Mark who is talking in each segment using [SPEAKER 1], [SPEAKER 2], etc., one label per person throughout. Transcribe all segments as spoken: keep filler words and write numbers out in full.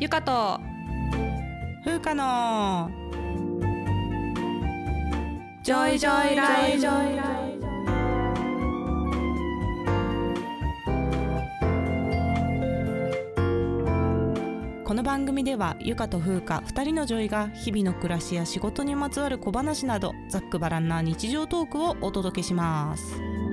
[SPEAKER 1] ゆかと
[SPEAKER 2] ふうかの
[SPEAKER 1] ジョイジョイライジョイライ。
[SPEAKER 2] この番組ではゆかとふうかふたりのジョイが日々の暮らしや仕事にまつわる小話などざっくばらんな日常トークをお届けします。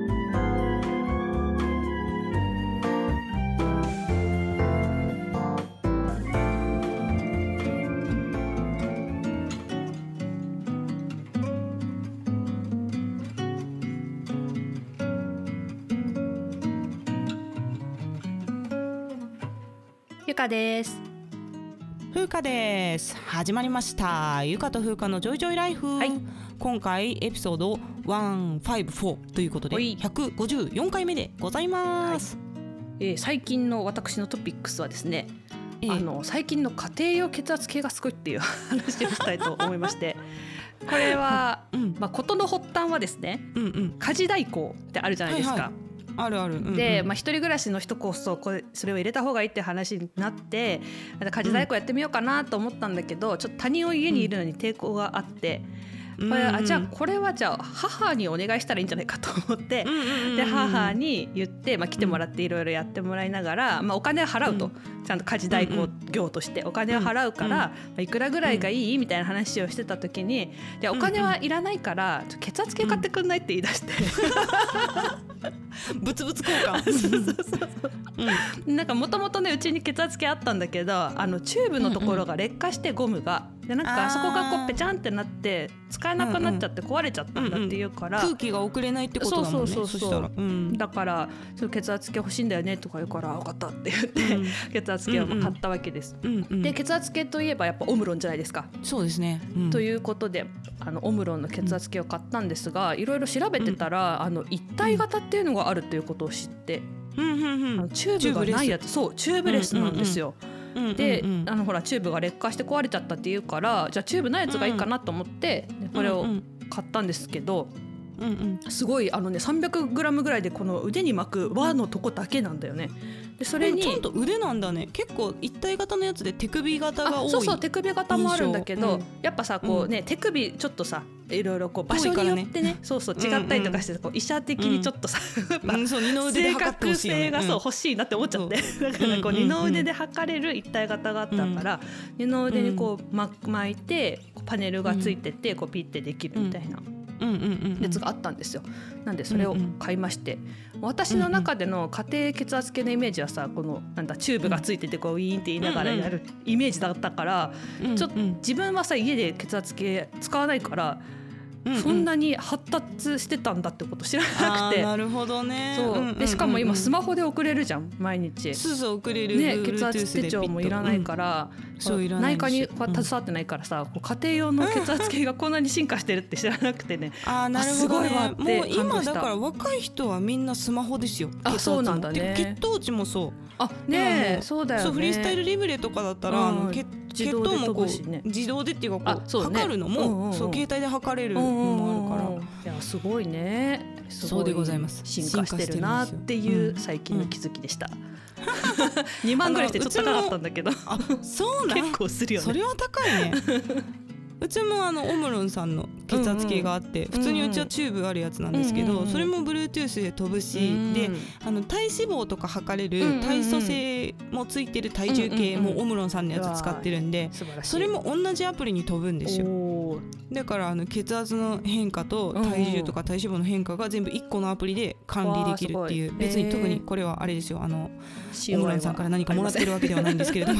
[SPEAKER 1] ゆかです。
[SPEAKER 2] ふうかです。始まりましたゆかとふうかのジョイジョイライフ、はい、今回エピソードひゃくごじゅうよんということでひゃくごじゅうよんかいめでございます、
[SPEAKER 1] はいえー、最近の私のトピックスはですね、えー、あの最近の家庭用血圧計がすごいっていう話をしたいと思いましてこれは、うんまあ、事の発端はですね、うんうん、家事代行ってあるじゃないですか、はいはい
[SPEAKER 2] あるある、うんうん、
[SPEAKER 1] で、まあ、一人暮らしの人こそこれそれを入れた方がいいって話になって家事代行やってみようかなと思ったんだけど、うん、ちょっと他人を家にいるのに抵抗があって、うん、これあじゃあこれはじゃあ母にお願いしたらいいんじゃないかと思って、うんうんうん、で母に言って、まあ、来てもらっていろいろやってもらいながら、まあ、お金を払うと、うん、ちゃんと家事代行業としてお金を払うから、うんまあ、いくらぐらいがいいみたいな話をしてた時にでお金はいらないから血圧計買ってくんないって言い出して、
[SPEAKER 2] うん、物々交換
[SPEAKER 1] そうそうそうそう、うん、なんかもともとねうちに血圧計あったんだけどあのチューブのところが劣化してゴムがでなんかあそこがこうペチャンってなって使えなくなっちゃって壊れちゃったんだっていうから、
[SPEAKER 2] うんうん、空気が送れないってことだもんね。
[SPEAKER 1] そうそうそうそう、うん、だから血圧計欲しいんだよねとか言うから分かったって言って、うん、血圧計を買ったわけです、うんうん、で血圧計といえばやっぱオムロンじゃないですか。
[SPEAKER 2] そうですね、うん、
[SPEAKER 1] ということであのオムロンの血圧計を買ったんですがいろいろ調べてたら、うん、あの一体型っていうのがあるということを知って、うんうんうん、あのチューブがないやつそうチューブレスなんですよ、うんうんうんで、うんうん、あのほらチューブが劣化して壊れちゃったっていうからじゃあチューブないやつがいいかなと思って、うん、これを買ったんですけど、うんうん、すごいあのね さんびゃくグラム ぐらいでこの腕に巻く輪のとこだけなんだよね。でそれに
[SPEAKER 2] ちゃんと腕なんだね。結構一体型のやつで手首型が多い。
[SPEAKER 1] そうそう手首型もあるんだけど、うん、やっぱさこうね、うん、手首ちょっとさいろいろこう場所によって ね, ねそうそう違ったりとかして、うんうん、こう医者的にちょっとさ、うん、そう二の腕で測ってほしいよね、正確性がそう欲しいなって思っちゃって、うん、だからこう二の腕で測れる一体型があったから、うん、二の腕にこう巻いてパネルがついててこうピッてできるみたいな、うんやつがあったんですよ。なんでそれを買いまして、うんうん、私の中での家庭血圧計のイメージはさこのなんだチューブがついててこうウィーンって言いながらやるイメージだったから、うんうん、ちょっと自分はさ家で血圧計使わないからうんうん、そんなに発達してたんだってこと知らなくて。
[SPEAKER 2] あなるほどね。
[SPEAKER 1] そう、うんうんうん、でしかも今スマホで送れるじゃん毎日。
[SPEAKER 2] そうそう送れる、
[SPEAKER 1] ね、血圧手帳もいらないから、うん、そういらないし内科に携わってないからさ、うん、家庭用の血圧計がこんなに進化してるって知らなくてね
[SPEAKER 2] あなるほどね。
[SPEAKER 1] すごいわって感動した。
[SPEAKER 2] もう今だから若い人はみんなスマホですよ。
[SPEAKER 1] あそうなんだね。
[SPEAKER 2] 血糖値もそう
[SPEAKER 1] あねえそうだよね。
[SPEAKER 2] そうフリースタイルリブレとかだったら、うん、あの血血糖もこう、ね、自動でっていうかこうそう、ね、測るのも、うんうんうん、そう携帯で測れるのもあるから、うんうん、い
[SPEAKER 1] やすごいね。すごい
[SPEAKER 2] そうでございます。
[SPEAKER 1] 進化してるなっていう最近の気づきでした、うん、にまんぐらいしてちょっと高かったんだけど
[SPEAKER 2] あそうなん
[SPEAKER 1] 結構するよね。
[SPEAKER 2] それは高いねうちもあのオムロンさんの血圧計があって、うんうん、普通にうちはチューブあるやつなんですけど、うんうん、それも Bluetooth で飛ぶし、うんうん、であの体脂肪とか測れる体組成もついてる体重計もオムロンさんのやつ使ってるんで、うんうんうん、それも同じアプリに飛ぶんですよ。だからあの血圧の変化と体重とか体脂肪の変化が全部いっこのアプリで管理できるっていう、別に特にこれはあれですよ、あのオムロンさんから何かもらってるわけではないんですけれども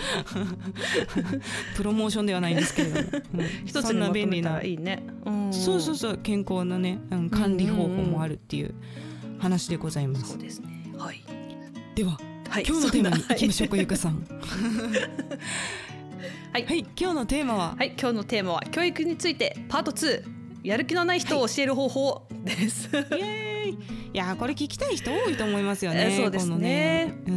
[SPEAKER 2] プロモーションではないんですけれども、うん、
[SPEAKER 1] 一つにまとめたらいいね。
[SPEAKER 2] うん、そうそうそう健康なね、うん、管理方法もあるっていう話でございます。
[SPEAKER 1] そうですね、はい、
[SPEAKER 2] では、はい、今日のテーマに行きましょうか、ゆかさん
[SPEAKER 1] はい、
[SPEAKER 2] はい、今日のテーマは、
[SPEAKER 1] はい、今日のテーマは教育についてパートツーやる気のない人を教える方法です、はい、イエーイ。
[SPEAKER 2] いやこれ聞きたい人多いと思いますよね、
[SPEAKER 1] えー、そうですね、このね、
[SPEAKER 2] うん、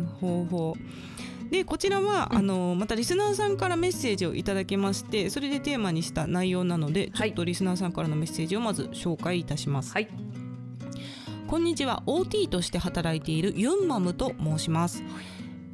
[SPEAKER 2] 方法でこちらは、うん、あのまたリスナーさんからメッセージをいただきまして、それでテーマにした内容なので、ちょっとリスナーさんからのメッセージをまず紹介いたします、はい、こんにちは。 オーティー として働いているユンマムと申します。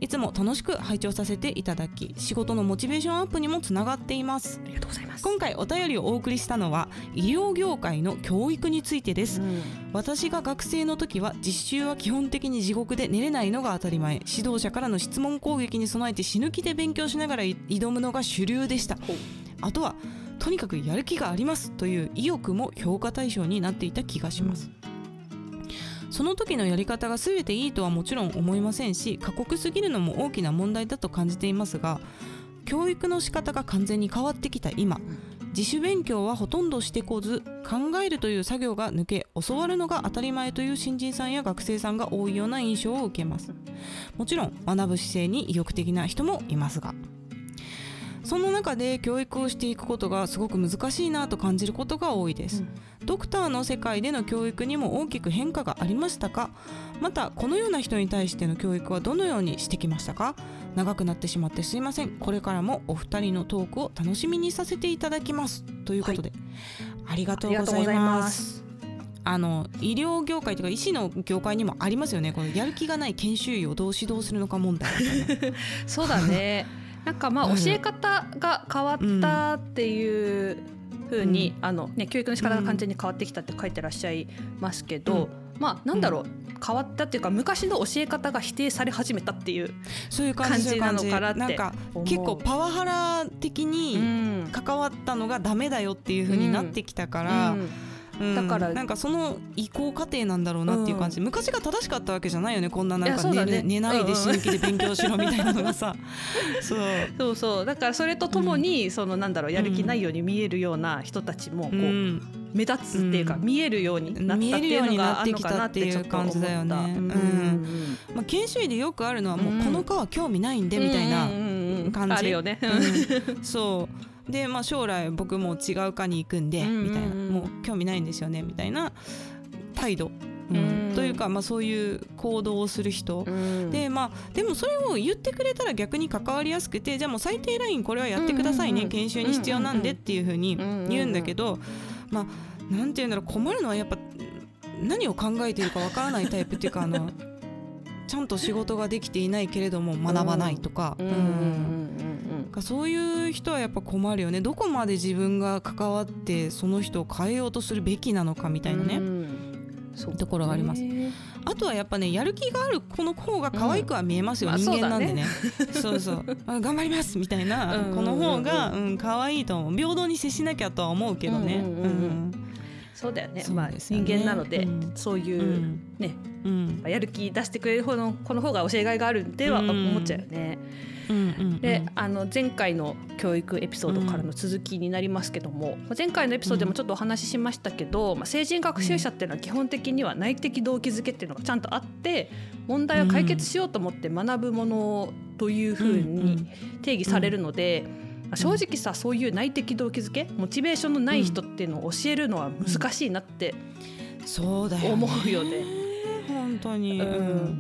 [SPEAKER 2] いつも楽しく拝聴させていただき、仕事のモチベーションアップにもつながっています。
[SPEAKER 1] ありがとうございます。
[SPEAKER 2] 今回お便りをお送りしたのは医療業界の教育についてです、うん、私が学生の時は実習は基本的に地獄で寝れないのが当たり前、指導者からの質問攻撃に備えて死ぬ気で勉強しながら挑むのが主流でした。あとはとにかくやる気がありますという意欲も評価対象になっていた気がします、うん、その時のやり方が全ていいとはもちろん思いませんし、過酷すぎるのも大きな問題だと感じていますが、教育の仕方が完全に変わってきた今、自主勉強はほとんどしてこず、考えるという作業が抜け教わるのが当たり前という新人さんや学生さんが多いような印象を受けます。もちろん学ぶ姿勢に意欲的な人もいますが、その中で教育をしていくことがすごく難しいなと感じることが多いです、うん、ドクターの世界での教育にも大きく変化がありましたか？またこのような人に対しての教育はどのようにしてきましたか？長くなってしまってすいません。これからもお二人のトークを楽しみにさせていただきますということで、はい、ありがとうございます。あの医療業界というか医師の業界にもありますよね、このやる気がない研修医をどう指導するのか問題みたいな
[SPEAKER 1] そうだねなんかまあ教え方が変わったっていう風に、うんあのね、教育の仕方が完全に変わってきたって書いてらっしゃいますけど、うん、まあなんだろう、うん、変わったっていうか昔の教え方が否定され始めたっていう感じなのかなって。
[SPEAKER 2] なんか結構パワハラ的に関わったのがダメだよっていう風になってきたから、うんうんうん、だからなんかその移行過程なんだろうなっていう感じ、うん、昔が正しかったわけじゃないよね。こんななんか 寝, ね、寝ないで死ぬ気で勉強しろみたいなのがさそう
[SPEAKER 1] そうそうだからそれとともに、うん、そのなんだろうやる気ないように見えるような人たちもこう、うん、目立つっていうか、うん、見えるようになったっていうのがあるのかなってちょっと思った。見えるようになってきたっていう感じだよね、うんうんまあ、研修医でよくあるのはもうこの科は興味ないんでみたいな感じ、 あるよね、
[SPEAKER 2] うん、そうで、まあ、将来僕も違う科に行くんでみたいな、もう興味ないんですよねみたいな態度、うん、というか、まあ、そういう行動をする人、で、まあ、でもそれを言ってくれたら逆に関わりやすくて、じゃあもう最低ラインこれはやってくださいね、研修に必要なんでっていう風に言うんだけど、まあ、なんていうんだろう、困るのはやっぱ何を考えているかわからないタイプっていうか、あのちゃんと仕事ができていないけれども学ばないとか、うんうん、そういう人はやっぱ困るよね。どこまで自分が関わってその人を変えようとするべきなのかみたいなね、うん、そうところがあります。あとはやっぱね、やる気がある子の方が可愛くは見えますよ、うん、人間なんでね、まあ、そうそうそう頑張りますみたいな子の方が、うん、可愛いと思う。平等に接しなきゃとは思うけどね、うんうんうんうん
[SPEAKER 1] そうだよね。まあ、人間なので、うん、そういうね、うん、やる気出してくれる方の子の方が教えがいがあるっては思っちゃうよね、うんうんうん、であの前回の教育エピソードからの続きになりますけども、うん、前回のエピソードでもちょっとお話ししましたけど、まあ、成人学習者っていうのは基本的には内的動機づけっていうのがちゃんとあって、問題を解決しようと思って学ぶものというふうに定義されるので、正直さ、そういう内的動機づけ、モチベーションのない人っていうのを教えるのは難しいなって思うよね。
[SPEAKER 2] 本当に、うん、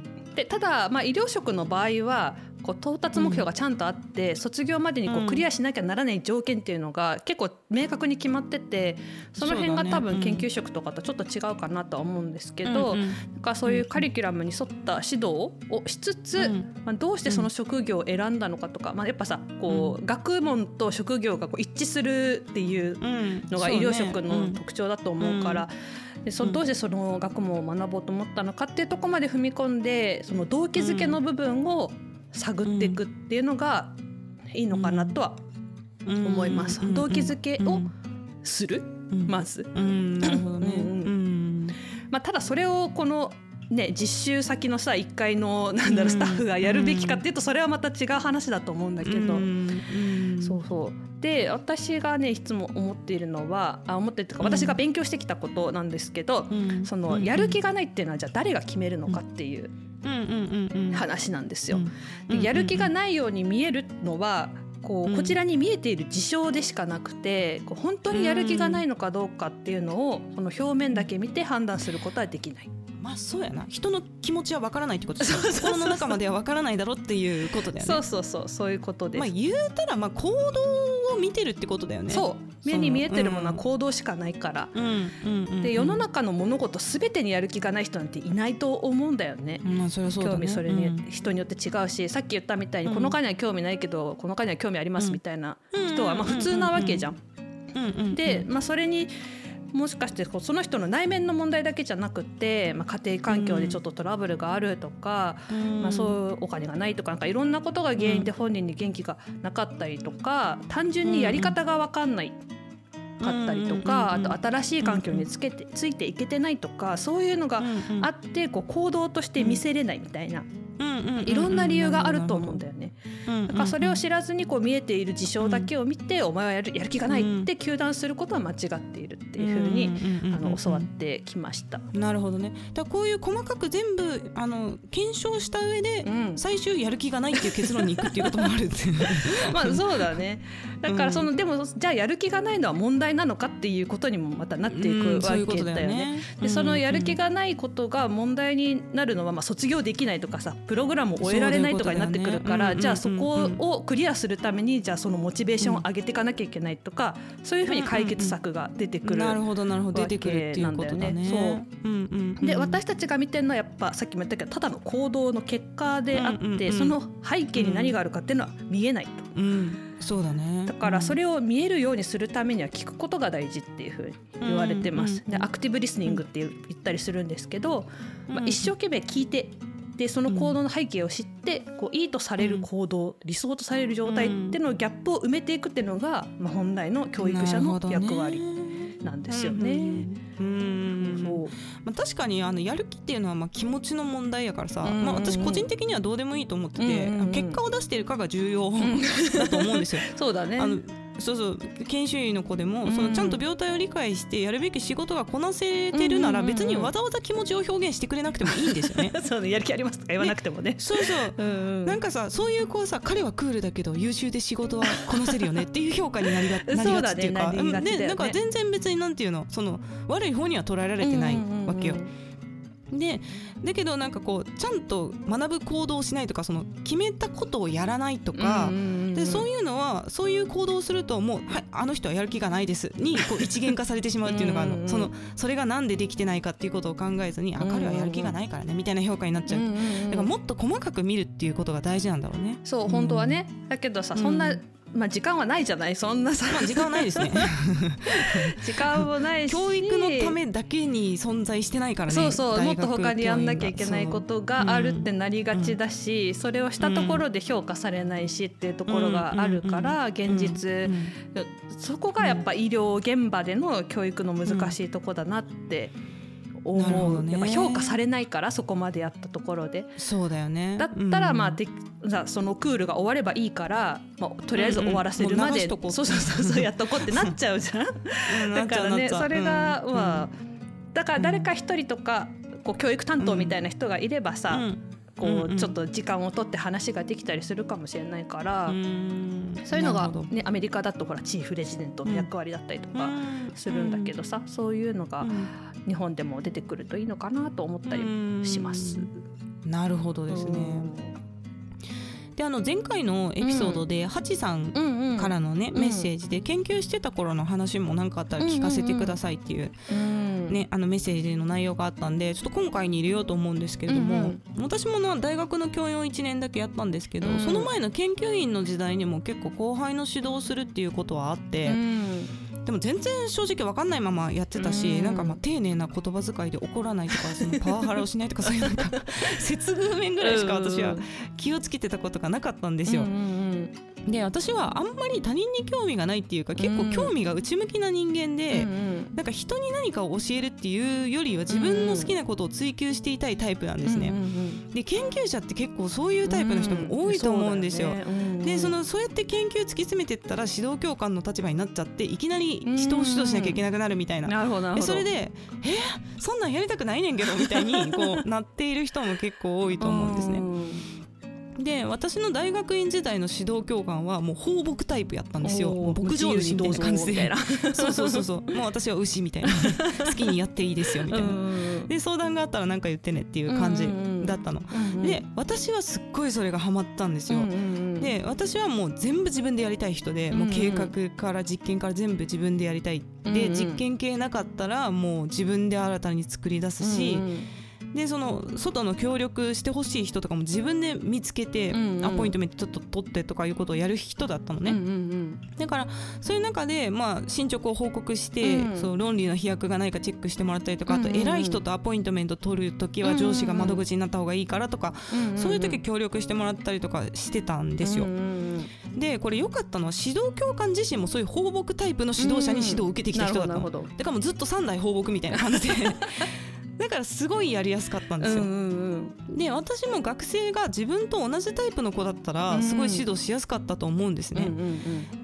[SPEAKER 1] でただ、まあ、医療職の場合はこう到達目標がちゃんとあって、うん、卒業までにこうクリアしなきゃならない条件っていうのが結構明確に決まってて、その辺が多分研究職とかとちょっと違うかなとは思うんですけど、うんうん、なんかそういうカリキュラムに沿った指導をしつつ、うんまあ、どうしてその職業を選んだのかとか、まあ、やっぱさこう、うん、学問と職業がこう一致するっていうのが医療職の特徴だと思うから、でそどうしてその学問を学ぼうと思ったのかっていうところまで踏み込んで、その動機づけの部分を探っていくっていうのがいいのかなとは思います、うん、動機づけをする、うん、まず、うんなるほどねうんまあ、ただそれをこのね、実習先のさいっかいのなんだろうスタッフがやるべきかっていうとそれはまた違う話だと思うんだけど、そうそうで私がねいつも思っているのはあ思ってるというか私が勉強してきたことなんですけど、そのやる気がないっていうのはじゃあ誰が決めるのかっていう話なんですよ。でやる気がないように見えるのはこうこちらに見えている事象でしかなくて、こう本当にやる気がないのかどうかっていうのをこの表面だけ見て判断することはできない。
[SPEAKER 2] まあそうやな、人の気持ちは分からないってことですよ。心の中までは分からないだろっていうことだよね。
[SPEAKER 1] そうそうそうそういうことです。
[SPEAKER 2] まあ言うたらまあ行動を見てるってことだよね。
[SPEAKER 1] そう目に見えてるものは行動しかないから、うんうんうんうん、で世の中の物事全てにやる気がない人なんていないと思うんだよね、
[SPEAKER 2] まあ、それはそうだね。
[SPEAKER 1] 興味それに、うん、人によって違うし、さっき言ったみたいにこの科には興味ないけど、うん、この科には興味ありますみたいな人はまあ普通なわけじゃん、うんうんうん、で、まあ、それにもしかしてその人の内面の問題だけじゃなくて、まあ、家庭環境でちょっとトラブルがあるとか、うんまあ、そういうお金がないとか、なんかいろんなことが原因で本人に元気がなかったりとか、単純にやり方が分かんないかったりとか、あと新しい環境につけてついていけてないとか、そういうのがあってこう行動として見せれないみたいな、いろんな理由があると思うんだよね。だからそれを知らずにこう見えている事象だけを見て、お前はやる、やる気がないって糾弾することは間違っているっていうふうにあの教わってきました。
[SPEAKER 2] なるほどね。だからこういう細かく全部あの検証した上で、うん、最終やる気がないっていう結論に行くっていうこともある
[SPEAKER 1] まあそうだね。だからその、うん、でもじゃあやる気がないのは問題なのかっていうことにもまたなっていくわけだよね。でそのやる気がないことが問題になるのは、まあ卒業できないとかさ、プログラムを終えられないとかになってくるから、じゃあそこをクリアするためにじゃあそのモチベーションを上げていかなきゃいけないとか、そういうふうに解決策が出てくるわけなんだよね。なるほどなるほど、出てくるっていうことだね。そう、うんうんうん、で私たちが見てるのはやっぱさっきも言ったけど、ただの行動の結果であって、うんうんうん、その背景に何があるかっていうのは見えないと、うん、
[SPEAKER 2] そうだね。
[SPEAKER 1] だからそれを見えるようにするためには聞くことが大事っていうふうに言われてます、うんうんうん、でアクティブリスニングって言ったりするんですけど、うんまあ、一生懸命聞いて、でその行動の背景を知って、こういいとされる行動、うん、理想とされる状態っていうのをギャップを埋めていくっていうのが、まあ、本来の教育者の役割なんですよね。
[SPEAKER 2] うんうんそうまあ、確かにあのやる気っていうのはまあ気持ちの問題やからさ、うんうんまあ、私個人的にはどうでもいいと思ってて、うんうんうん、結果を出しているかが重要だと思うんですよ。
[SPEAKER 1] そうだね。
[SPEAKER 2] あのそうそう研修医の子でも、うん、そのちゃんと病態を理解してやるべき仕事がこなせてるなら、別にわざわざ気持ちを表現してくれなくてもいいんですよね。
[SPEAKER 1] そうね、やる気ありますとか言わなくてもね。
[SPEAKER 2] そうそう、うんうん、なんかさ、そういう子はさ、彼はクールだけど優秀で仕事はこなせるよねっていう評価になりがなりがちっていうか、そうだね、でなんか全然別になんていうの、その悪い方には捉えられてないわけよ。うんうんうんでだけどなんかこうちゃんと学ぶ行動をしないとか、その決めたことをやらないとか、うんうんうん、でそういうのはそういう行動をするともう、はい、あの人はやる気がないですにこう一元化されてしまうっていうのがあるの。うんうん、そのそれがなんでできてないかっていうことを考えずに、あ、彼はやる気がないからねみたいな評価になっちゃう。うんうんうん、だからもっと細かく見るっていうことが大事なんだろうね。
[SPEAKER 1] そう本当はね、うん、だけどさ、そんな、うんまあ、時間はないじゃない、そんなさ、
[SPEAKER 2] まあ、時間はないですね。
[SPEAKER 1] 時間もないし、
[SPEAKER 2] 教育のためだけに存在してないからね。
[SPEAKER 1] そうそう、もっと他にやんなきゃいけないことがあるってなりがちだし、うん、それをしたところで評価されないしっていうところがあるから、現実、うん、そこがやっぱ医療現場での教育の難しいとこだなって思う、ね、やっぱ評価されないから、そこまでやったところで。
[SPEAKER 2] そうだよね。
[SPEAKER 1] だったらまあで、うん、そのクールが終わればいいから、まあ、とりあえず終わらせるまで、うんうん、そうそうそうそうやっとこうってなっちゃうじゃん。だからね、それが、うんまあ、だから誰か一人とかこう教育担当みたいな人がいればさ、うんこうちょっと時間を取って話ができたりするかもしれないから、うん、そういうのが、ね、アメリカだとほらチーフレジデントの役割だったりとかするんだけどさ、そういうのが日本でも出てくるといいのかなと思ったりします。
[SPEAKER 2] なるほどですね。であの前回のエピソードで、うん、ハチさんからの、ねうん、メッセージで、研究してた頃の話も何かあったら聞かせてくださいっていう、うんうんね、あのメッセージの内容があったんで、ちょっと今回に入れようと思うんですけれども、うんうん、私もな大学の教養いちねんだけやったんですけど、うん、その前の研究員の時代にも結構後輩の指導をするっていうことはあって、うんでも全然正直分かんないままやってたし、うん、なんかまあ丁寧な言葉遣いで怒らないとか、そのパワハラをしないとか、そういうなんか接遇面ぐらいしか私は気をつけてたことがなかったんですよ。うんうんうん、で私はあんまり他人に興味がないっていうか、結構興味が内向きな人間で、うんうん、なんか人に何かを教えるっていうよりは自分の好きなことを追求していたいタイプなんですね。うんうんうん、で研究者って結構そういうタイプの人も多いと思うんですよ。うんうんそうだよね。うんうん、でそのそうやって研究突き詰めていったら指導教官の立場になっちゃって、いきなり人を指導しなきゃいけなくなるみたいな。なるほどなるほど。でそれでえそんなんやりたくないねんけどみたいにこうなっている人も結構多いと思うんですね。 で私の大学院時代の指導教官はもう放牧タイプやったんですよ。もう牧場主みたいな感じでそうそうそうそうもう私は牛みたいな好きにやっていいですよみたいなで相談があったら何か言ってねっていう感じだったの、うんうん、で私はすっごいそれがハマったんですよ、うんうん、で私はもう全部自分でやりたい人で、うんうん、もう計画から実験から全部自分でやりたい、うんうん、で実験系なかったらもう自分で新たに作り出すし、うんうんでその外の協力してほしい人とかも自分で見つけて、うんうん、アポイントメントちょっと取ってとかいうことをやる人だったのね、うんうんうん、だからそういう中で、まあ、進捗を報告して、うん、そう論理の飛躍がないかチェックしてもらったりとか、あと偉い人とアポイントメント取るときは上司が窓口になった方がいいからとか、うんうんうん、そういう時協力してもらったりとかしてたんですよ、うんうんうん、でこれ良かったのは指導教官自身もそういう放牧タイプの指導者に指導を受けてきた人だったの、うんうん、だからもうずっとさん代放牧みたいな感じでだからすごいやりやすかったんですよ、うんうんうん、で私も学生が自分と同じタイプの子だったらすごい指導しやすかったと思うんですね、うんうんうん、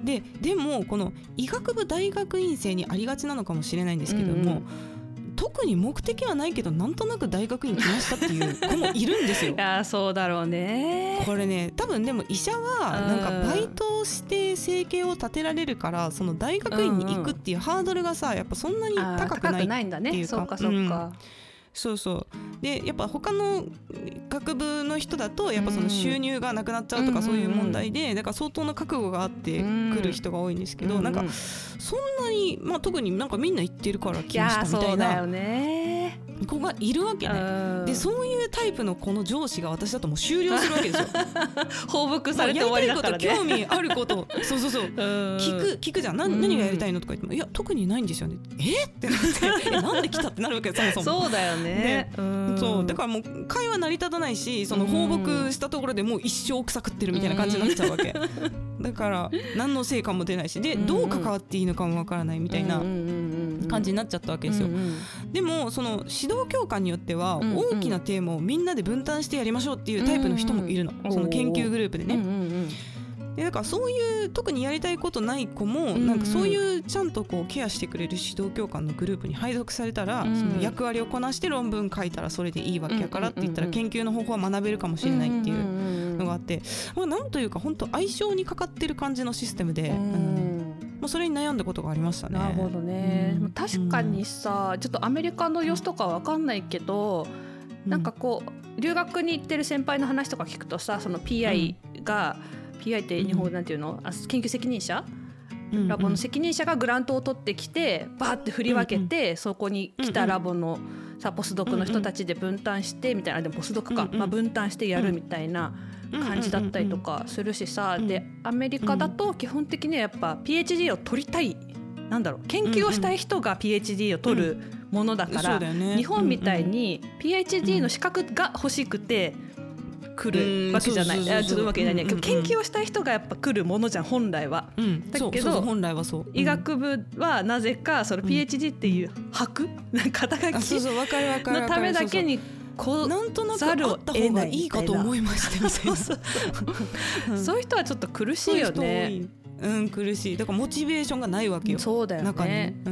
[SPEAKER 2] で, でもこの医学部大学院生にありがちなのかもしれないんですけども、うんうん、特に目的はないけどなんとなく大学院来ましたっていう子もいるんですよ。
[SPEAKER 1] いやそうだろうね。
[SPEAKER 2] これね多分でも医者はなんかバイトして生計を立てられるからその大学院に行くっていうハードルがさやっぱそんなに高くないっていうか、高くないんだね。
[SPEAKER 1] そうかそうか、
[SPEAKER 2] うんそうそうでやっぱ他の学部の人だとやっぱその収入がなくなっちゃうとかそういう問題でだから相当な覚悟があってくる人が多いんですけど、なんかそんなに、まあ、特になんかみんな言ってるから来ましたみたいな子がいるわけね。でそういうタイプのこの上司が私だともう終了するわけですよ。
[SPEAKER 1] 放牧されて終わりだからね。
[SPEAKER 2] やりたいこと興味あることそうそうそう聞く聞くじゃん 何, 何がやりたいのとか言ってもいや特にないんですよね。えってなってえなんで来たってなるわけですそもそも。
[SPEAKER 1] そうだよね。
[SPEAKER 2] うんそうだからもう会話成り立たないしその放牧したところでもう一生草食ってるみたいな感じになっちゃうわけだから何の成果も出ないしでどう関わっていいのかもわからないみたいな感じになっちゃったわけですよ。でもその指導教官によっては大きなテーマをみんなで分担してやりましょうっていうタイプの人もいるの、その研究グループでね。でだからそういう特にやりたいことない子もなんかそういうちゃんとこうケアしてくれる指導教官のグループに配属されたら、その役割をこなして論文書いたらそれでいいわけやからって言ったら研究の方法は学べるかもしれないっていうのがあって、まあ、なんというか本当相性にかかってる感じのシステムで、うんまあ、それに悩んだことがありましたね。
[SPEAKER 1] なるほどね、うん、確かにさちょっとアメリカの様子とかは分かんないけど、うん、なんかこう留学に行ってる先輩の話とか聞くとさその ピーアイ が、うん、ピーアイ って日本語なんていうの、うん、あ研究責任者、うんうん、ラボの責任者がグラントを取ってきてバーって振り分けて、うんうん、そこに来たラボのさポスドクの人たちで分担してみたいな、でもポスドクか、うんうんまあ、分担してやるみたいな感じだったりとかするしさ、うんうん、でアメリカだと基本的にはやっぱ ピーエイチディー を取りたいなんだろう研究をしたい人が ピーエイチディー を取るものだから、うんうんね、日本みたいに ピーエイチディー の資格が欲しくて来るわけじゃない、ちょっとうまく言えないね、うんうん、研究をしたい人がやっぱ来るものじゃん本来は、うん、だけどそうそう本来はそう、うん、医学部はなぜかその ピーエイチディー っていう箔、うん、肩書きのためだけにこう
[SPEAKER 2] なんとなくあった方がいいかと思いました
[SPEAKER 1] そうそうそうそういう人はちょっと苦しいよね。
[SPEAKER 2] うん苦しいだからモチベーションがないわけよ。
[SPEAKER 1] そうだよね中に、うん、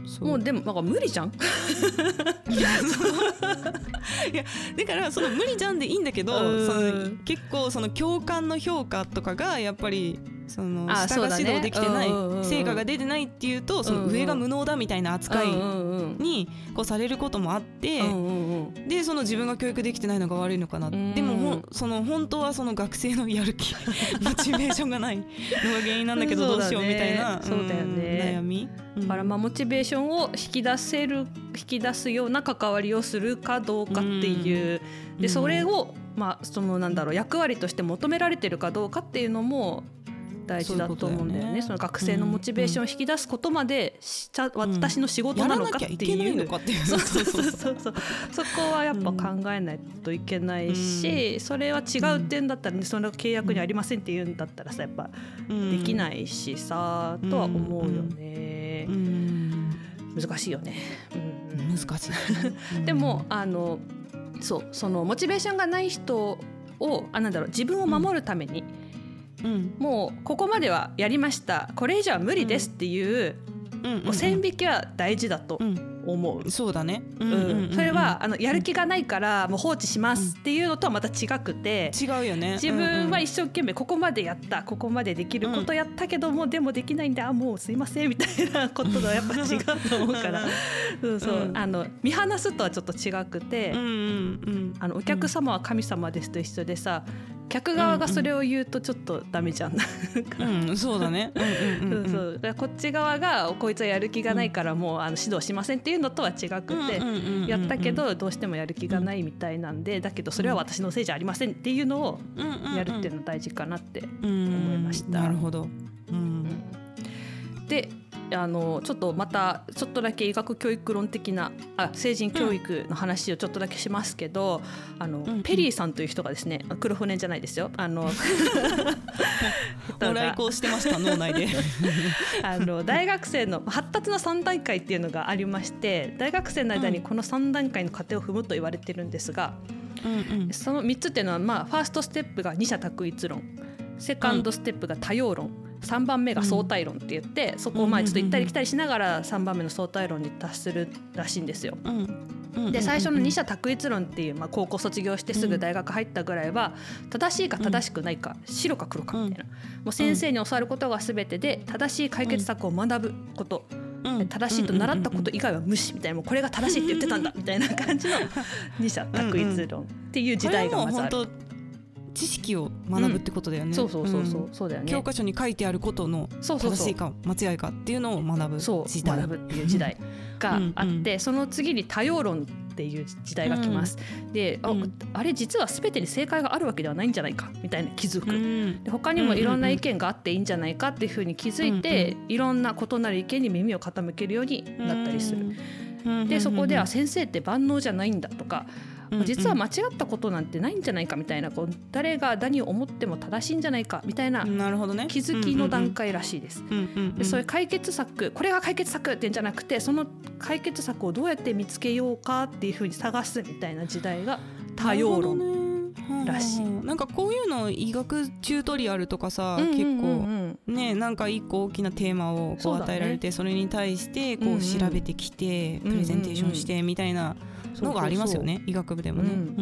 [SPEAKER 1] そうもうでもなんか無理じゃんいや
[SPEAKER 2] いやだからその無理じゃんでいいんだけどその結構その教官の評価とかがやっぱりその下が指導できてない、ね、成果が出てないっていうとその上が無能だみたいな扱いにこうされることもあってでその自分が教育できてないのが悪いのかなでもその本当はその学生のやる気モチベーションがないのが原因なんだけどどうしようみたいな
[SPEAKER 1] そうだよね悩みだからまあモチベーションを引き出せる引き出すような関わりをするかどうかっていうでそれをまあそのなんだろう役割として求められてるかどうかっていうのも大事だと思うんだよね。そういうことだよね。その学生のモチベーションを引き出すことまでしちゃ、うん、私の仕事なのかっていう、うん、やらなきゃいけないのかっていうそうそうそうそうそうそこはやっぱ考えないといけないし、うん、それは違う点だったら、ね、その契約にありませんっていうんだったらさやっぱできないしさ、うん、とは思うよね、うん、難しいよね、
[SPEAKER 2] うん、難しい
[SPEAKER 1] でもあのそうそのモチベーションがない人をあなんだろう自分を守るために、うん、もうここまではやりましたこれ以上は無理ですっていう、うん、こう線引きは大事だと思思う。
[SPEAKER 2] そうだね、
[SPEAKER 1] うんうんうんうん、それはあのやる気がないからもう放置しますっていうのとはまた違くて、
[SPEAKER 2] 違うよね。
[SPEAKER 1] 自分は一生懸命ここまでやったここまでできることやったけども、うん、でもできないんであもうすいませんみたいなこととはやっぱ違うと思うからそうそう、うん、あの見放すとはちょっと違くて、うんうんうん、あのお客様は神様ですと一緒でさ、客側がそれを言うとちょっとダメじゃん、
[SPEAKER 2] うんうん、そうだね、うんうんうん、
[SPEAKER 1] そうそうだからこっち側がこいつはやる気がないからもうあの指導しませんっていうのとは違くて、やったけどどうしてもやる気がないみたいなんで、だけどそれは私のせいじゃありませんっていうのをやるっていうの大事かなって思いました。
[SPEAKER 2] なるほど、うん、
[SPEAKER 1] であのちょっとまたちょっとだけ医学教育論的なあ成人教育の話をちょっとだけしますけど、うん、あの、うん、ペリーさんという人がですね、黒船じゃないですよ、あの
[SPEAKER 2] ご来校してました脳内で
[SPEAKER 1] あの大学生の発達のさん段階っていうのがありまして、大学生の間にこのさん段階の過程を踏むと言われてるんですが、うんうん、そのみっつっていうのは、まあ、ファーストステップが二者択一論、セカンドステップが多様論、さんばんめが相対論って言って、うん、そこをまあちょっと行ったり来たりしながらさんばんめの相対論に達するらしいんですよ、うん、で最初の二者択一論っていう、まあ、高校卒業してすぐ大学入ったぐらいは正しいか正しくないか、うん、白か黒かみたいな、もう先生に教わることが全てで正しい解決策を学ぶこと、うん、正しいと習ったこと以外は無視みたいな、もうこれが正しいって言ってたんだみたいな感じの二者択一論っていう時代がまずある。
[SPEAKER 2] 知識を学ぶってことだよね、
[SPEAKER 1] うん、そうそうそうそう、そうだよね。
[SPEAKER 2] 教科書に書いてあることの正しいか間違いかっていうのを学ぶ時代、
[SPEAKER 1] 学ぶっていう時代があって、うん、その次に多様論っていう時代が来ます、うん、で あ,、うん、あれ実は全てに正解があるわけではないんじゃないかみたいな気づく、うん、で他にもいろんな意見があっていいんじゃないかっていうふうに気づいて、うん、いろんな異なる意見に耳を傾けるようになったりする、うん、でそこでは先生って万能じゃないんだとか、実は間違ったことなんてないんじゃないかみたいな、こう誰が何を思っても正しいんじゃないかみたいな気づきの段階らしいです。でそういう解決策、これが解決策ってんじゃなくて、その解決策をどうやって見つけようかっていうふうに探すみたいな時代が多様論らしい。
[SPEAKER 2] なんかこういうの医学チュートリアルとかさ、うんうんうんうん、結構ね、なんか一個大きなテーマをこう与えられて そ,、ね、それに対してこう調べてきて、うんうん、プレゼンテーションしてみたいなのがありますよね、そうそうそう、医学部でもね、うんうん、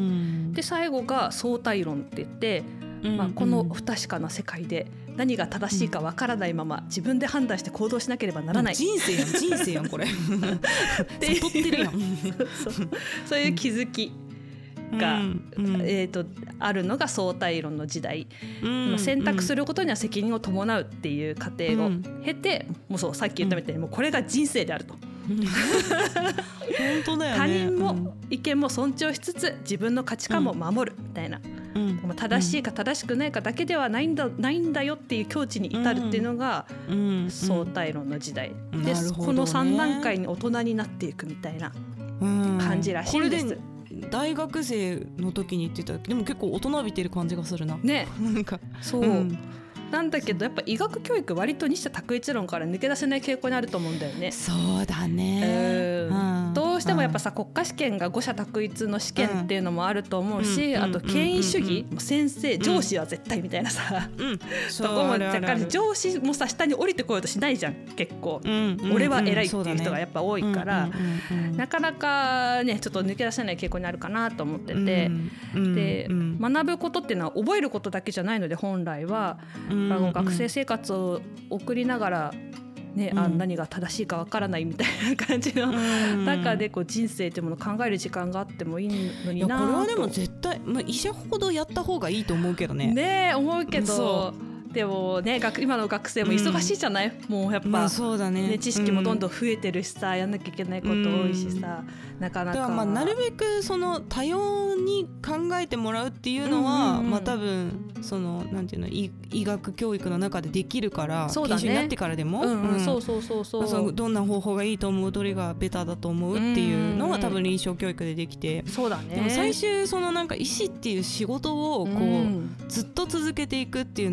[SPEAKER 2] で
[SPEAKER 1] 最後が相対論って言って、うんうん、まあ、この不確かな世界で何が正しいかわからないまま自分で判断して行動しなければならない、
[SPEAKER 2] 人生やん人生やんこれ悟ってるやん
[SPEAKER 1] そう、そういう気づきが、うんうん、えー、とあるのが相対論の時代、うん、選択することには責任を伴うっていう過程を経て、うん、もうそうさっき言ったみたいに、もうこれが人生であると
[SPEAKER 2] 本当だよね、
[SPEAKER 1] 他人も意見も尊重しつつ自分の価値観も守るみたいな、うん、正しいか正しくないかだけではないんだ、ないんだよっていう境地に至るっていうのが相対論の時代、うんうん、で、ね、このさん段階に大人になっていくみたいな感じらしいんです、うん、これで
[SPEAKER 2] 大学生の時にって言ったらでも結構大人びてる感じがするな
[SPEAKER 1] ね
[SPEAKER 2] なんか
[SPEAKER 1] そう、うん、なんだけどやっぱ医学教育割と二者択一論から抜け出せない傾向にあると思うんだよね。
[SPEAKER 2] そうだね、
[SPEAKER 1] えーうん、どうしてもやっぱさ、うん、国家試験が五者択一の試験っていうのもあると思うし、うん、あと権威主義、うん、先生、うん、上司は絶対みたいなさ、うん、そこもだから上司もさ下に降りてこようとしないじゃん結構、うん、俺は偉いっていう人がやっぱ多いから、なかなかねちょっと抜け出せない傾向にあるかなと思ってて、うん、で、うん、学ぶことっていうのは覚えることだけじゃないので本来は、うん、あの学生生活を送りながらね、うん、あ何が正しいかわからないみたいな感じの、うん、中でこう人生っていうものを考える時間があってもいいのになと。
[SPEAKER 2] いやこれはでも絶対、まあ、医者ほどやった方がいいと思うけどね。
[SPEAKER 1] ねえ思うけどでもね今の学生も忙しいじゃない、うん、もうやっぱ、まあそうだねね、知識もどんどん増えてるしさ、うん、やんなきゃいけないこと多いしさ、うん、なかなかだからまあ
[SPEAKER 2] なるべくその多様に考えてもらうっていうのは、うんうんうん、まあ多分そのなんていうの医学教育の中でできるから、そうだね、研修になってからでも、
[SPEAKER 1] うんうん、そうそうそうそう、
[SPEAKER 2] まあ、そのどんな方法がいいと思う、どれがベターだと思うっていうのが多分臨床教育でできて、
[SPEAKER 1] そうだね、
[SPEAKER 2] でも最終そのなんか医師っていう仕事をこう、うん、ずっと続けていくっていうのはやっ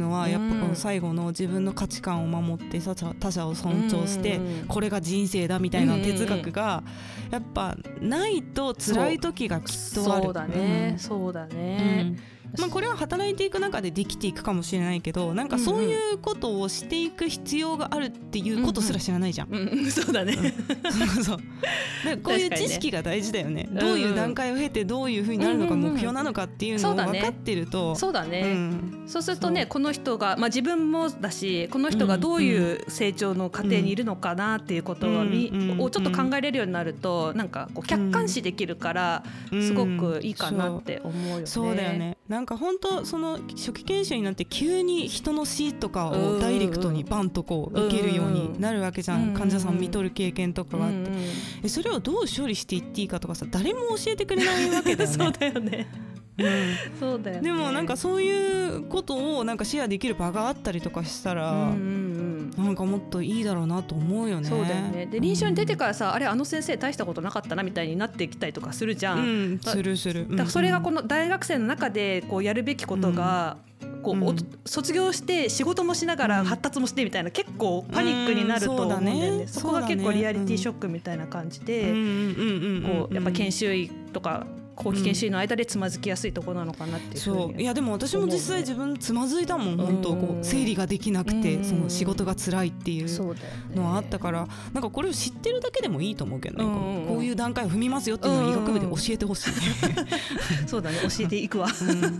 [SPEAKER 2] この最後の自分の価値観を守って他者を尊重してこれが人生だみたいな哲学がやっぱないと辛い時がきっとある。
[SPEAKER 1] そうだね、うん、そうだね、
[SPEAKER 2] うんまあ、これは働いていく中でできていくかもしれないけどなんかそういうことをしていく必要があるっていうことすら知らないじゃん、
[SPEAKER 1] うんうん、そうだね、
[SPEAKER 2] うん、そうそうでこういう知識が大事だよね。どういう段階を経てどういう風になるのか目標なのかっていうのを分かってると
[SPEAKER 1] そうだね、うん、そうするとねこの人が、まあ、自分もだしこの人がどういう成長の過程にいるのかなっていうことを、うん、をちょっと考えれるようになるとなんかこう客観視できるからすごくいいかなって思うよね、うん、
[SPEAKER 2] そうだよね。なんか本当その初期研修になって急に人の死とかをダイレクトにバンとこう受けるようになるわけじゃん。患者さん見とる経験とかがあってえそれをどう処理していっていいかとかさ誰も教えてくれないわけだよね
[SPEAKER 1] そうだよねうん、そうだよね。
[SPEAKER 2] でもなんかそういうことをなんかシェアできる場があったりとかしたら、うんうんうん、なんかもっといいだろうなと思うよね。
[SPEAKER 1] そうだよね。で臨床に出てからさ、うん、あれあの先生大したことなかったなみたいになってきたりとかするじゃん、うん、
[SPEAKER 2] するする。
[SPEAKER 1] だからそれがこの大学生の中でこうやるべきことが、うんこううん、卒業して仕事もしながら発達もしてみたいな、うん、結構パニックになると思うんだよね、うん、そこが結構リアリティショックみたいな感じでこうやっぱ研修医とか後期研修医の間でつまずきやすいところなのかなっていうふうに、
[SPEAKER 2] そういやでも私も実際自分つまずいたもん本当こう整理ができなくてその仕事が辛いっていうのはあったからなんかこれを知ってるだけでもいいと思うけどね。こういう段階を踏みますよっていうのを医学部で教えてほしい
[SPEAKER 1] そうだね教えていくわ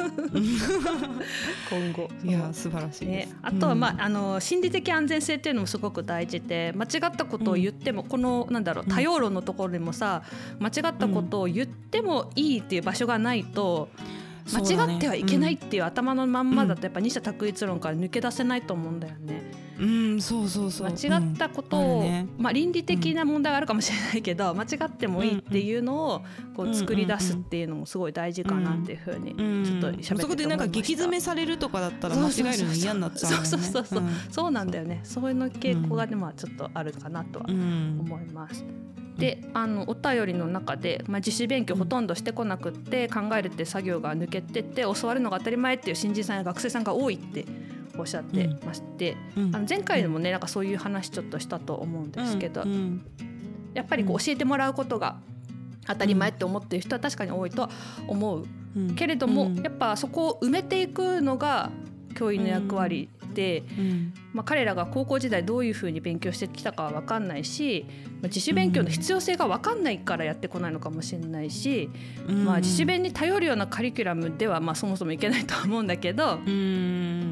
[SPEAKER 1] 今後
[SPEAKER 2] いや素晴らしいです、
[SPEAKER 1] ね、あとは、まあ、あの心理的安全性っていうのもすごく大事で間違ったことを言っても、うん、このなんだろう多様論のところでもさ間違ったことを言ってもいいいいっていう場所がないと間違ってはいけないっていう頭のまんまだとやっぱ二者択一論から抜け出せないと思うんだよね。
[SPEAKER 2] うん、そうそうそう。
[SPEAKER 1] 間違ったことを、うんねまあ、倫理的な問題はあるかもしれないけど、うん、間違ってもいいっていうのをこう作り出すっていうのもすごい大事かなっていうふうにちょっと喋ってて思いました。
[SPEAKER 2] そこでなんか激詰めされるとかだったら間違えるの嫌になっちゃうもんね。
[SPEAKER 1] そうそうそうそう、うん、そうなんだよね。そういうの傾向がでもちょっとあるかなとは思います。であのお便りの中で、まあ、自主勉強ほとんどしてこなくって考えるって作業が抜けてって教わるのが当たり前っていう新人さんや学生さんが多いっておっしゃってまして、うん、あの前回でもねなんかそういう話ちょっとしたと思うんですけど、うんうん、やっぱりこう教えてもらうことが当たり前って思ってる人は確かに多いとは思う、うん、けれども、うん、やっぱそこを埋めていくのが教員の役割で、うんまあ、彼らが高校時代どういうふうに勉強してきたかは分かんないし、まあ、自主勉強の必要性が分かんないからやってこないのかもしれないし、うんまあ、自主勉に頼るようなカリキュラムではまあそもそもいけないとは思うんだけど、うん、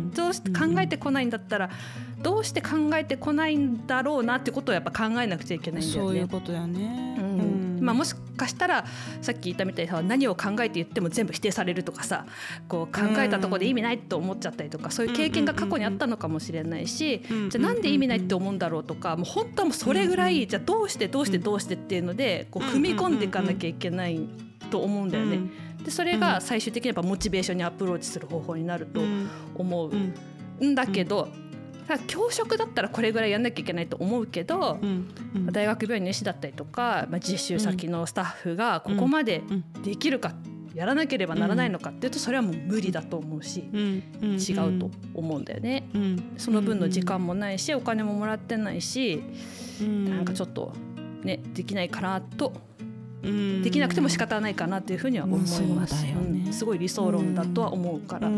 [SPEAKER 1] どうして考えてこないんだったらどうして考えてこないんだろうなってことをやっぱ考えなくちゃいけないんだよね。
[SPEAKER 2] そういうことだね、うん
[SPEAKER 1] うんまあ、もしかしたらさっき言ったみたいに何を考えて言っても全部否定されるとかさこう考えたところで意味ないと思っちゃったりとかそういう経験が過去にあったのかもしれないしじゃあなんで意味ないって思うんだろうとかもう本当はもうそれぐらいじゃあどうしてどうしてどうしてっていうのでこう踏み込んでいかなきゃいけないと思うんだよね。でそれが最終的にやっぱモチベーションにアプローチする方法になると思うんだけど教職だったらこれぐらいやんなきゃいけないと思うけど、うんうん、大学病院の医師だったりとか、まあ、実習先のスタッフがここまでできるか、うん、やらなければならないのかっていうとそれはもう無理だと思うし、うん、違うと思うんだよね、うん、その分の時間もないしお金ももらってないし、うん、なんかちょっとねできないかなとできなくても仕方ないかなというふうには思います、うんうん、すごい理想論だとは思うから、うん、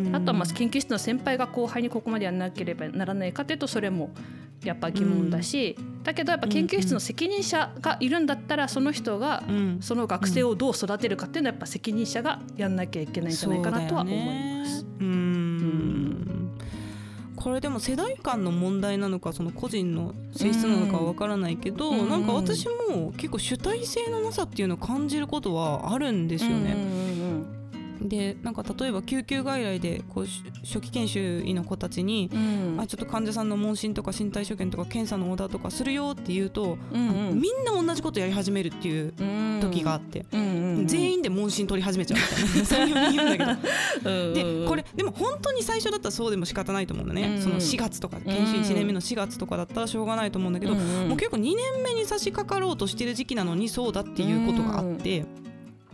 [SPEAKER 1] あとはまあ研究室の先輩が後輩にここまでやらなければならないかというとそれもやっぱ疑問だし、だけどやっぱ研究室の責任者がいるんだったらその人がその学生をどう育てるかっていうのはやっぱ責任者がやんなきゃいけないんじゃないかなとは思います。うんうん
[SPEAKER 2] これでも世代間の問題なのかその個人の性質なのかは分からないけど、うん、なんか私も結構主体性のなさっていうのを感じることはあるんですよね、うんうんうん、でなんか例えば救急外来でこう初期研修医の子たちに、うん、あちょっと患者さんの問診とか身体所見とか検査のオーダーとかするよって言うと、うんうん、みんな同じことやり始めるっていう時があって、うんうんうん、全員で問診取り始めちゃうみたいなそういうふうに言うんだけどでこれでも本当に最初だったらそうでも仕方ないと思うんだね、うんうん、そのしがつとか研修いちねんめのしがつとかだったらしょうがないと思うんだけど、うんうん、もう結構にねんめに差し掛かろうとしてる時期なのにそうだっていうことがあって、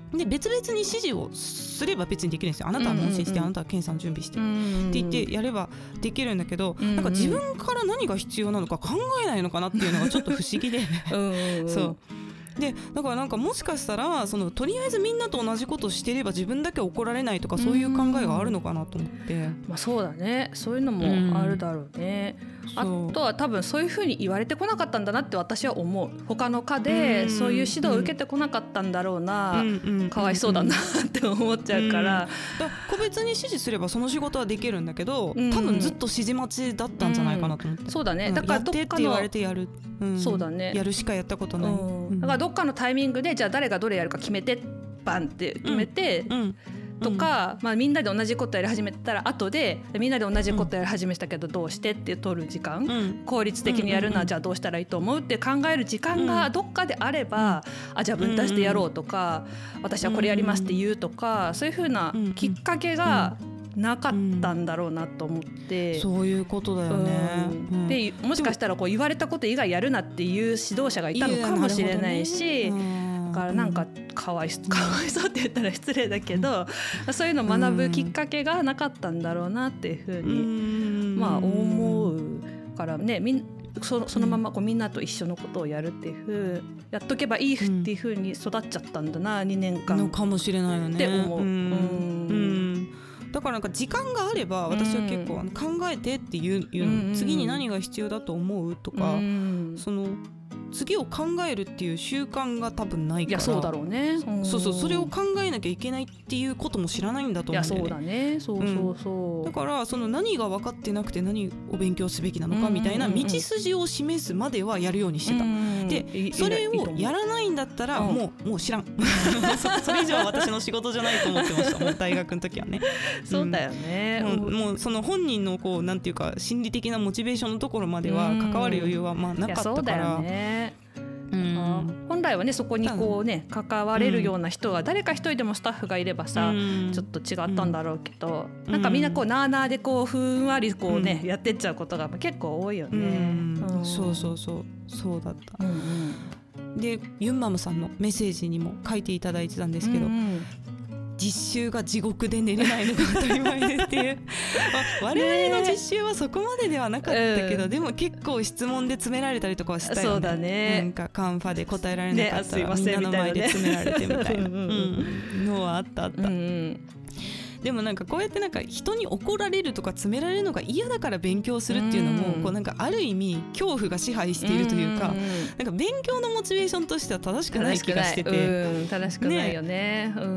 [SPEAKER 2] で別々に指示をすれば別にできるんですよ。あなたは問診して、うんうんうん、あなたは検査の準備して、うんうんうん、って言ってやればできるんだけど、うんうん、なんか自分から何が必要なのか考えないのかなっていうのがちょっと不思議でうんうん、そうでだからなんかもしかしたらそのとりあえずみんなと同じことをしていれば自分だけ怒られないとかそういう考えがあるのかなと思って、
[SPEAKER 1] まあ、そうだね、そういうのもあるだろうね、うん、あとは多分そういうふうに言われてこなかったんだなって私は思う。他の科でそういう指導を受けてこなかったんだろうな、うんうん、かわいそうだなって思っちゃうから、
[SPEAKER 2] うん、だ個別に指示すればその仕事はできるんだけど、うん、多分ずっと指示待ちだったんじゃないかなと思って、うん、
[SPEAKER 1] そうだね、だからどっかの
[SPEAKER 2] やってって言われてやる、うん、
[SPEAKER 1] そうだね、
[SPEAKER 2] やるしかやったことない、うん
[SPEAKER 1] うん、だからどっかのタイミングでじゃあ誰がどれやるか決めてバンって決めて、うんうんとか、まあ、みんなで同じことやり始めたら後でみんなで同じことやり始めたけどどうしてって取る時間、うん、効率的にやるのはじゃあどうしたらいいと思うって考える時間がどっかであれば、うん、あじゃあ分担してやろうとか、うん、私はこれやりますって言うとか、そういう風なきっかけがなかったんだろうなと思って、
[SPEAKER 2] うん、そういうことだよね、
[SPEAKER 1] うん、でもしかしたらこう言われたこと以外やるなっていう指導者がいたのかもしれないし、だからなんかかわいそう、かわいそうって言ったら失礼だけど、うん、そういうのを学ぶきっかけがなかったんだろうなっていうふうに、うんまあ、思うからね、みん そ, そのままこうみんなと一緒のことをやるっていうふうやっとけばいいっていうふうに育っちゃったんだな、うん、にねんかん
[SPEAKER 2] のかもしれないよね
[SPEAKER 1] って思う、うん
[SPEAKER 2] うんだからなんか時間があれば私は結構考えてっていう、いうの、次に何が必要だと思うとか、その次を考えるっていう習慣が多分ないから、いや
[SPEAKER 1] そうだろうね、
[SPEAKER 2] うん、そうそうそれを考えなきゃいけないっていうことも知らないんだと思うんだよね。
[SPEAKER 1] いやそうだね、そうそうそう、
[SPEAKER 2] うん、だからその何が分かってなくて何を勉強すべきなのかみたいな道筋を示すまではやるようにしてた、うんうん、でそれをやらないんだったらもう、もう知らんそ, それ以上は私の仕事じゃないと思ってましたもう大学の時はね
[SPEAKER 1] そうだよね、
[SPEAKER 2] うん、もう、もうその本人のこうなんていうか心理的なモチベーションのところまでは関わる余裕はまあなかったから、そうだよね、うん、
[SPEAKER 1] 本来はねそこにこうね関われるような人が誰か一人でもスタッフがいればさ、うん、ちょっと違ったんだろうけど、うん、なんかみんなこうなあなあでこうふんわりこうね、うん、やってっちゃうことが結構多いよね、
[SPEAKER 2] うんうん、そうそうそうそうだった、うんうん、でユンマムさんのメッセージにも書いていただいてたんですけど、うんうん実習が地獄で寝れないのが当たり前でっていう我々の実習はそこまでではなかったけど、ね、でも結構質問で詰められたりとかはしたよね。
[SPEAKER 1] そうだね、
[SPEAKER 2] なんかカンファで答えられなかったら、ね、みんなの前で詰められてみたいなのはあったあった、うんうんでもなんかこうやってなんか人に怒られるとか詰められるのが嫌だから勉強するっていうのも、うん、こうなんかある意味恐怖が支配しているというか、うん、なんか勉強のモチベーションとしては正しくない気がしてて、
[SPEAKER 1] うん、正しくないよね、うん、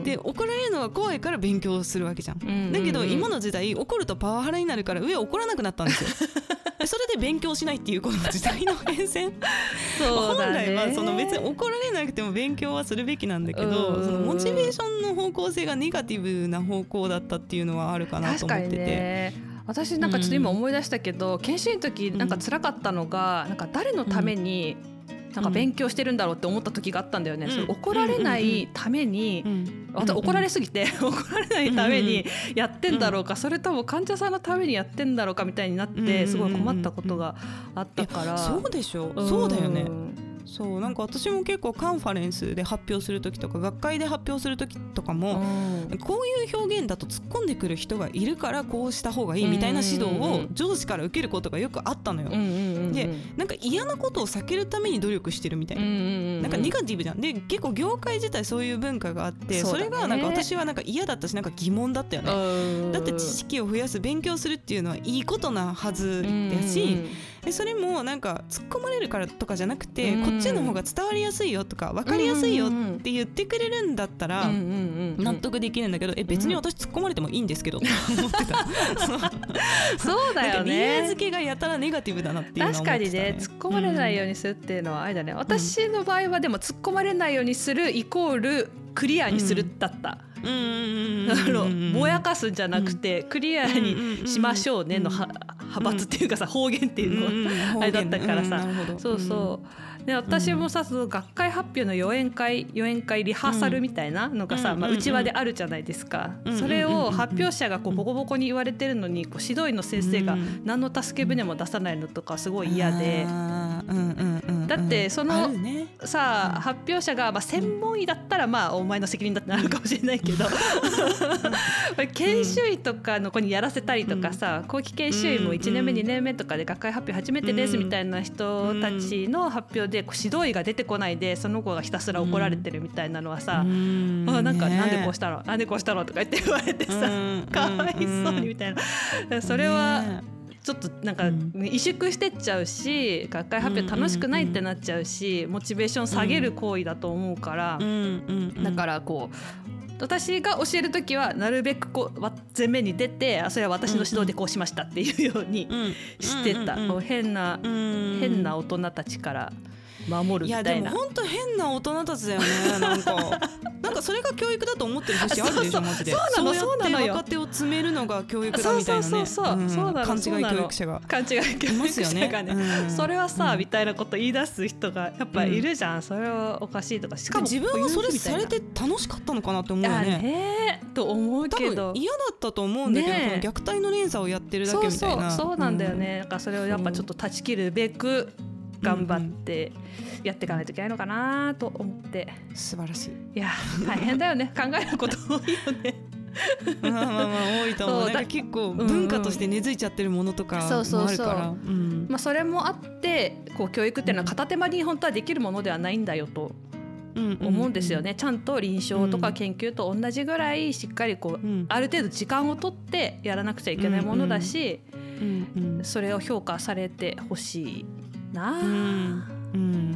[SPEAKER 2] で怒られるのが怖いから勉強するわけじゃん、うんうんうん、だけど今の時代怒るとパワハラになるから上怒らなくなったんですよそれで勉強しないっていうこの時代の変遷
[SPEAKER 1] そうだね、
[SPEAKER 2] 本来はその別に怒られなくても勉強はするべきなんだけど、うんうん、そのモチベーションの方向性がネガティブな方向だったっていうのはあるかなと思ってて、確かにね、
[SPEAKER 1] 私なんかちょっと今思い出したけど、うん、研修の時なんか辛かったのが、うん、なんか誰のためになんか勉強してるんだろうって思った時があったんだよね、うん、それ怒られないために、うん、私怒られすぎて怒られないためにやってんだろうか、うん、それとも患者さんのためにやってんだろうかみたいになってすごい困ったことがあったから、
[SPEAKER 2] そうでしょ、うん、そうだよね。そうなんか私も結構カンファレンスで発表する時とか学会で発表する時とかも、うん、こういう表現だと突っ込んでくる人がいるからこうした方がいいみたいな指導を上司から受けることがよくあったのよ、うんうんうんうん、でなんか嫌なことを避けるために努力してるみたいな、うんうんうん、なんかネガティブじゃん。で結構業界自体そういう文化があって そ,、ね、それがなんか私はなんか嫌だったしなんか疑問だったよね。だって知識を増やす勉強するっていうのはいいことなはずだし、うんうんうんでそれもなんか突っ込まれるからとかじゃなくて、うん、こっちの方が伝わりやすいよとか分かりやすいよって言ってくれるんだったら納得できるんだけど、え別に私突っ込まれてもいいんですけどって思ってた
[SPEAKER 1] そうだよね。
[SPEAKER 2] 理由付けがやたらネガティブだなっていうのは思ってた、ね、
[SPEAKER 1] 確かにね突っ込まれないようにするっていうのはあれだね、うん、私の場合はでも突っ込まれないようにするイコールクリアにするだった、うんうんうん、ぼやかすんじゃなくてクリアにしましょうねの派閥っていうかさ方言っていうのあれだったからさ、そうそうで私もさその学会発表の予演会予演会リハーサルみたいなのがさ、まあ、内輪であるじゃないですか。それを発表者がこうボコボコに言われてるのにこう指導員の先生が何の助け舟も出さないのとかすごい嫌で、
[SPEAKER 2] うんうんうんうん、
[SPEAKER 1] だってその、
[SPEAKER 2] ね、
[SPEAKER 1] さあ発表者が、まあ、専門医だったらまあお前の責任だってなるかもしれないけど研修医とかの子にやらせたりとかさ、後期研修医もいちねんめにねんめとかで学会発表初めてですみたいな人たちの発表で指導医が出てこないでその子がひたすら怒られてるみたいなのはさ、うんあなんか、ね、なんでこうしたのなんでこうしたのとか言って言われてさ、かわいそうにみたいな、それはちょっとなんか萎縮してっちゃうし、学会発表楽しくないってなっちゃうし、モチベーション下げる行為だと思うから、だからこう私が教えるときはなるべくこう前面に出て、それは私の指導でこうしましたっていうようにしてた。変な変な大人たちから守るみたいな。
[SPEAKER 2] いやでも本当変な大人たちだよね。なんかなんかそれが教育だと思ってる節あるでしょマジで。
[SPEAKER 1] そうなのそうなのよ。
[SPEAKER 2] 若手を詰めるのが教育だみたいなね。
[SPEAKER 1] そうそうそうそう、うん、
[SPEAKER 2] 勘違い教育者が
[SPEAKER 1] 勘違い教育者がね、うん、それはさ、うん、みたいなこと言い出す人がやっぱいるじゃん、うん、それはおかしいとか、しかも
[SPEAKER 2] 自分はそれされて楽しかったのかなって思うよね。
[SPEAKER 1] ねと思うけど
[SPEAKER 2] 多分嫌だったと思うんだけど、ね、虐待の連鎖をやってるだけみたいな。
[SPEAKER 1] そうそうそうなんだよね、うん、なんかそれをやっぱちょっと断ち切るべく頑張ってやっていかないといけないのかなと思って。
[SPEAKER 2] 素晴らしい。
[SPEAKER 1] いや大変だよね考えること多いよね
[SPEAKER 2] まあまあまあ多いと思う。なんか結構文化として根付いちゃってるものとかもあるから、そうそうそう、うん、
[SPEAKER 1] まあ、それもあってこう教育っていうのは片手間に本当はできるものではないんだよと思うんですよね。ちゃんと臨床とか研究と同じぐらいしっかりこう、うん、ある程度時間を取ってやらなくちゃいけないものだし、うんうん、それを評価されてほしいな、うんうん、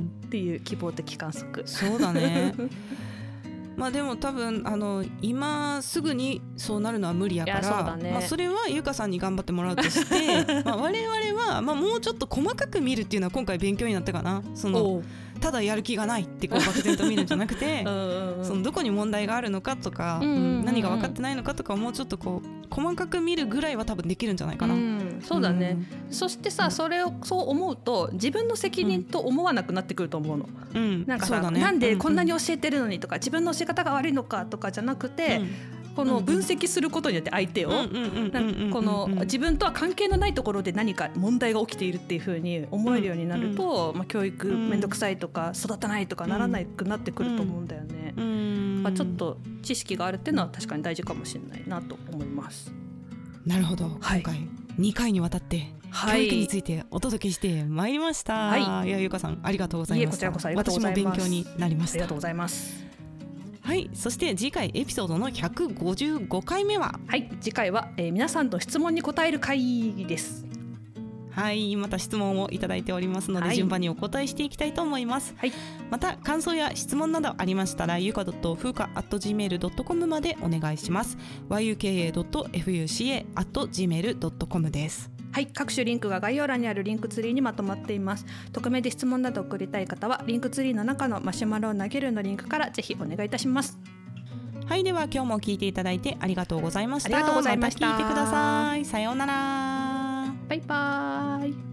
[SPEAKER 1] っていう希望的観測。
[SPEAKER 2] そうだねまあでも多分あの今すぐにそうなるのは無理やから、そうだね、まあ、それはゆかさんに頑張ってもらうとしてまあ我々はまあもうちょっと細かく見るっていうのは今回勉強になったかな。そのただやる気がないってこう漠然と見るんじゃなくてそのどこに問題があるのかとか、うんうんうん、何が分かってないのかとかをもうちょっとこう細かく見るぐらいは多分できるんじゃないかな、うん、
[SPEAKER 1] そうだね、うん、そしてさそれをそう思うと自分の責任と思わなくなってくると思うの、うん、なんかさ、ね、なんでこんなに教えてるのにとか、自分の教え方が悪いのかとかじゃなくて、うん、この分析することによって相手をこの自分とは関係のないところで何か問題が起きているっていう風に思えるようになると、まあ、教育めんどくさいとか育たないとかならなくなってくると思うんだよね、まあ、ちょっと知識があるっていうのは確かに大事かもしれないなと思います。
[SPEAKER 2] なるほど、はい、今回にかいにわたって教育についてお届けしてまいりました、はい、いやゆかさんありがとうございました。
[SPEAKER 1] いえこちらこそありがとうございます。
[SPEAKER 2] 私も勉強になりました。
[SPEAKER 1] ありがとうございます。
[SPEAKER 2] はい、そして次回エピソードのひゃくごじゅうごかいめは、
[SPEAKER 1] はい、次回は、えー、皆さんの質問に答える回です。
[SPEAKER 2] はい、また質問をいただいておりますので、はい、順番にお答えしていきたいと思います、はい、また感想や質問などありましたらゆか .fuka アット ジーメール ドットコム までお願いします。 ワイユーケーエー ドット エフユーシーエー アット ジーメール ドットコム です。
[SPEAKER 1] はい、各種リンクが概要欄にあるリンクツリーにまとまっています。匿名で質問など送りたい方はリンクツリーの中のマシュマロを投げるのリンクからぜひお願いいたします。
[SPEAKER 2] はい、では今日も聞いていただいてありがとうございました。
[SPEAKER 1] ありがとうございました。
[SPEAKER 2] また聞いてください。さようなら。
[SPEAKER 1] バイバーイ。